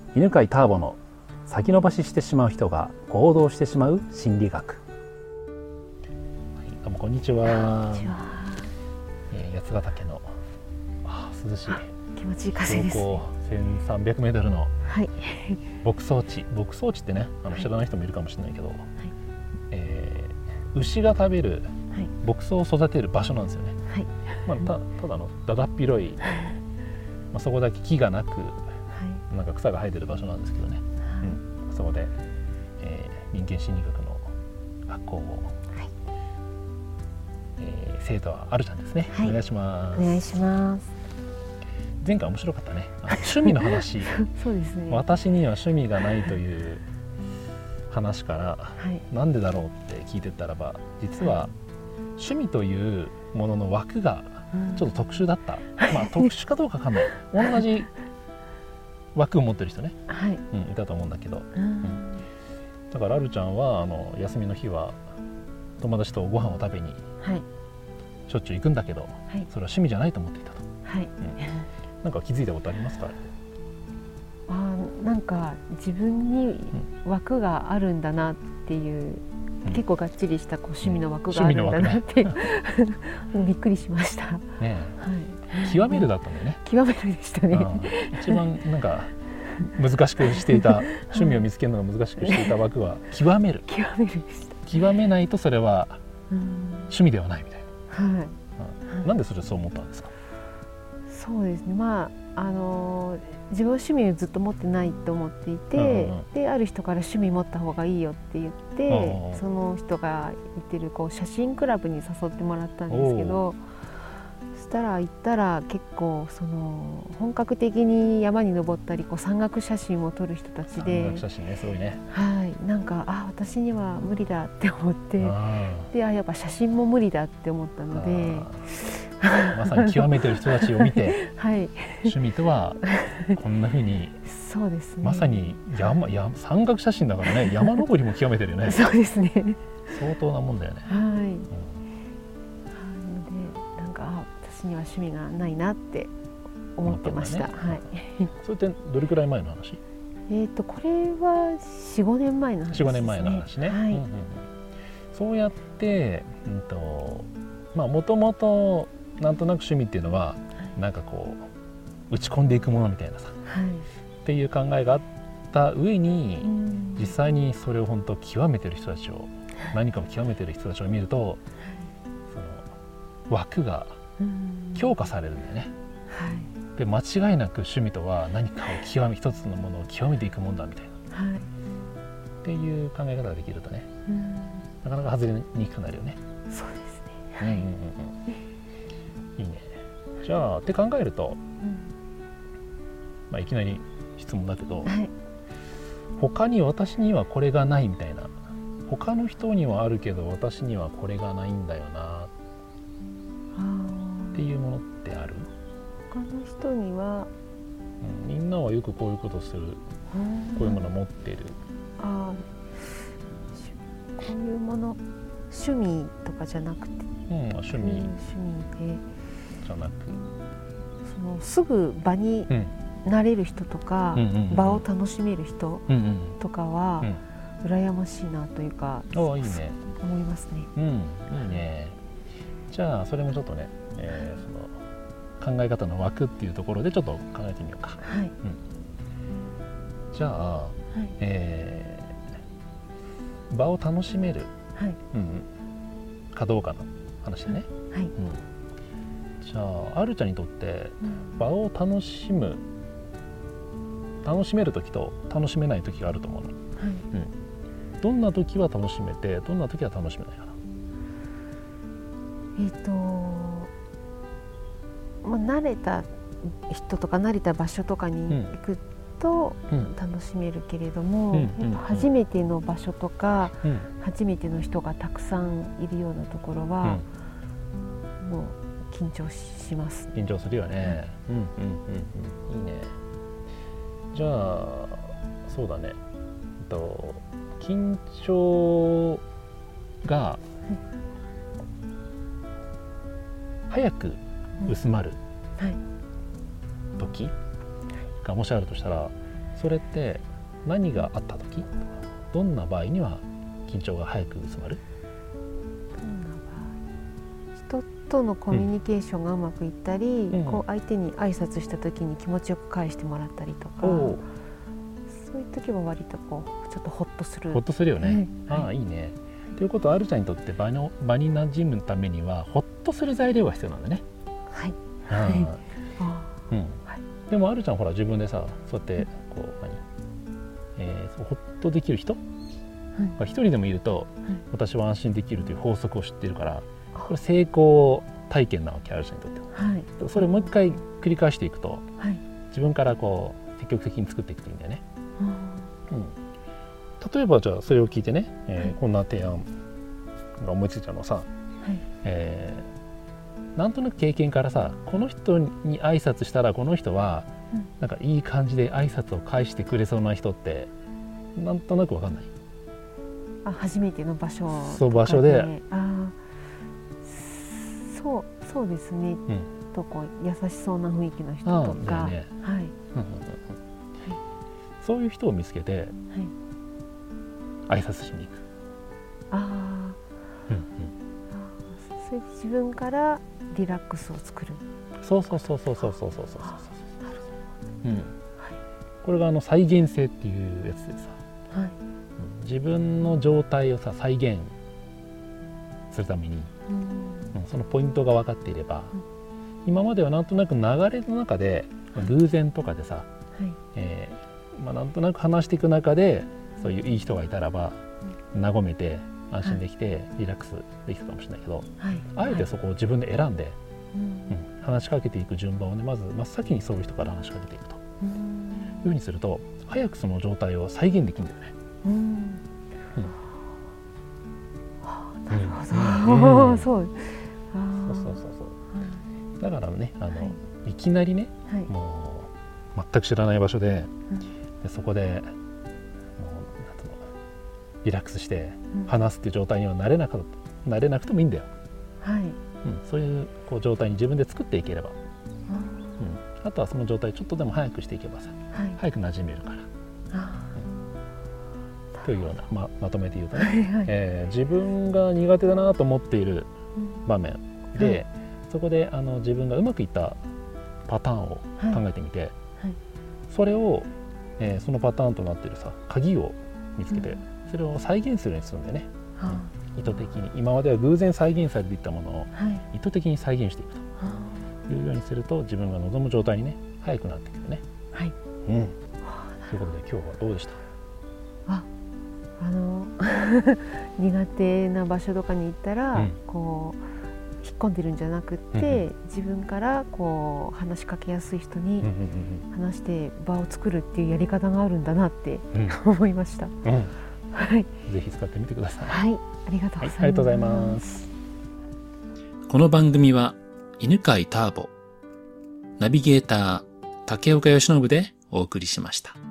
犬飼ターボの先延ばししてしまう人が行動してしまう心理学。どうもこんにちは。八ヶ岳の涼しい気持ちいい風です、 標高1300メートルの牧草地ってね、知らない人もいるかもしれないけど、牛が食べる牧草を育てる場所なんですよね。ただのだだっ広い、そこだけ木がなく、なんか草が生えてる場所なんですけどね、そこで、人間心理学の学校を、生徒はあるちゃんですね、お願いします。 お願いします。 前回面白かったね、趣味の話そうですね、 私には趣味がないという話から、なんでだろうって聞いてったらば、実は趣味というものの枠がちょっと特殊だった、特殊かどうかわかんない同じ枠を持ってる人ね、いたと思うんだけど、だからあるちゃんは休みの日は友達とご飯を食べにしょっちゅう行くんだけど、それは趣味じゃないと思っていたと。なんか気づいたことありますか？ なんか自分に枠があるんだなっていう、結構がっちりした趣味の枠があるんだなってびっくりしました。 極めるだったんだよね。 極めるでしたね。 一番なんか難しくしていた趣味を見つけるのが難しくしていた枠は極める。 極めるでした。極めないとそれは趣味ではないみたいな。なんでそれそう思ったんですか？ そうですね、自分は趣味をずっと持ってないと思っていて、である人から趣味持った方がいいよって言って、その人が行ってる写真クラブに誘ってもらったんですけど、そしたら行ったら結構本格的に山に登ったり山岳写真を撮る人たちで、 山岳写真ね、すごいね。 なんか私には無理だって思って、でやっぱ写真も無理だって思ったので、 まさに極めてる人たちを見て、趣味とはこんな風に、 そうですね、 まさに山岳写真だからね、山登りも極めてるよね。 そうですね、 相当なもんだよね。 なのでなんか私には趣味がないなって思ってました。 それってどれくらい前の話？ これは 4,5 年前の話ですね。4,5 年前の話ね。そうやってもともとなんとなく趣味っていうのはなんか打ち込んでいくものみたいなさ、っていう考えがあった上に、実際にそれを本当極めてる人たちを、何かを極めてる人たちを見ると、その枠が強化されるんだよね。で間違いなく趣味とは何かを一つのものを極めていくもんだみたいな、っていう考え方ができるとね、なかなか外れにくくなるよね。 そうですね。 いいね。じゃあって考えると、いきなり質問だけど、他に私にはこれがないみたいな、他の人にはあるけど私にはこれがないんだよなっていうものってある？ 他の人には、 みんなはよくこういうことする、こういうもの持ってる。 こういうもの、趣味とかじゃなくて、 趣味でじゃなく、 すぐ場になれる人とか、場を楽しめる人とかは羨ましいなというか、 いいね、 思いますね。 いいね。じゃあそれもちょっとね、その考え方の枠っていうところでちょっと考えてみようか。じゃあ、場を楽しめる、かどうかの話でね。じゃああるちゃんにとって場を楽しめる時と楽しめない時があると思うの。どんな時は楽しめて、どんな時は楽しめないかな。慣れた人とか慣れた場所とかに行くと楽しめるけれども、初めての場所とか、初めての人がたくさんいるようなところは、もう緊張します。 緊張するよね。いいね。じゃあそうだね、緊張が早く薄まる時がもしあるとしたら、 それって何があった時、どんな場合には緊張が早く薄まる？ どんな場合、人とのコミュニケーションがうまくいったり、こう相手に挨拶した時に気持ちよく返してもらったりとか、そういう時は割とこうちょっとホッとする。 ホッとするよね。いいね。ということは、あるちゃんにとって場に馴染むためにはホッとする材料が必要なんだね。 はい。 でもあるちゃんほら自分でさ、そうやってこうホッとできる人が一人でもいると、私は安心できるという法則を知っているから、これ成功体験なわけ、あるちゃんにとっては。それをもう一回繰り返していくと、自分からこう積極的に作っていくといいんだよね。例えばじゃあそれを聞いてね、こんな提案が思いついたのさ、なんとなく経験からさ、この人に挨拶したらこの人はなんかいい感じで挨拶を返してくれそうな人ってなんとなく分かんない？ 初めての場所、 そう場所で、 そうですね。とこう優しそうな雰囲気の人とか、 そういう人を見つけて挨拶しに行く。 それで自分からリラックスを作る。 そう。これが再現性っていうやつでさ、自分の状態をさ再現するために、そのポイントが分かっていれば、今まではなんとなく流れの中で、偶然とかでさ、なんとなく話していく中でそういういい人がいたらば和めて安心できてリラックスできたかもしれないけど、あえてそこを自分で選んで、話しかけていく順番をね、まず真っ先にそういう人から話しかけていくというふうにすると、早くその状態を再現できるんだよね。 なるほど。そうだからね、いきなりね、もう全く知らない場所で、そこでもうリラックスして話すっていう状態にはなれなくてもいいんだよ。そういう状態に自分で作っていければ、あとはその状態ちょっとでも早くしていけばさ、早く馴染めるから。というような、まとめて言うとね、自分が苦手だなと思っている場面で、そこで自分がうまくいったパターンを考えてみて、それを、そのパターンとなっているさ鍵を見つけて、それを再現するようにするんだよね。意図的に、今までは偶然再現されていったものを意図的に再現していくというようにすると、自分が望む状態にね早くなっていくよね。ということで今日はどうでした？ 苦手な場所とかに行ったら、こう引っ込んでるんじゃなくって、自分からこう話しかけやすい人に話して場を作るっていうやり方があるんだなって思いました。 ぜひ使ってみてください。ありがとうございます。 この番組は犬飼ターボ、ナビゲーター竹岡由伸でお送りしました。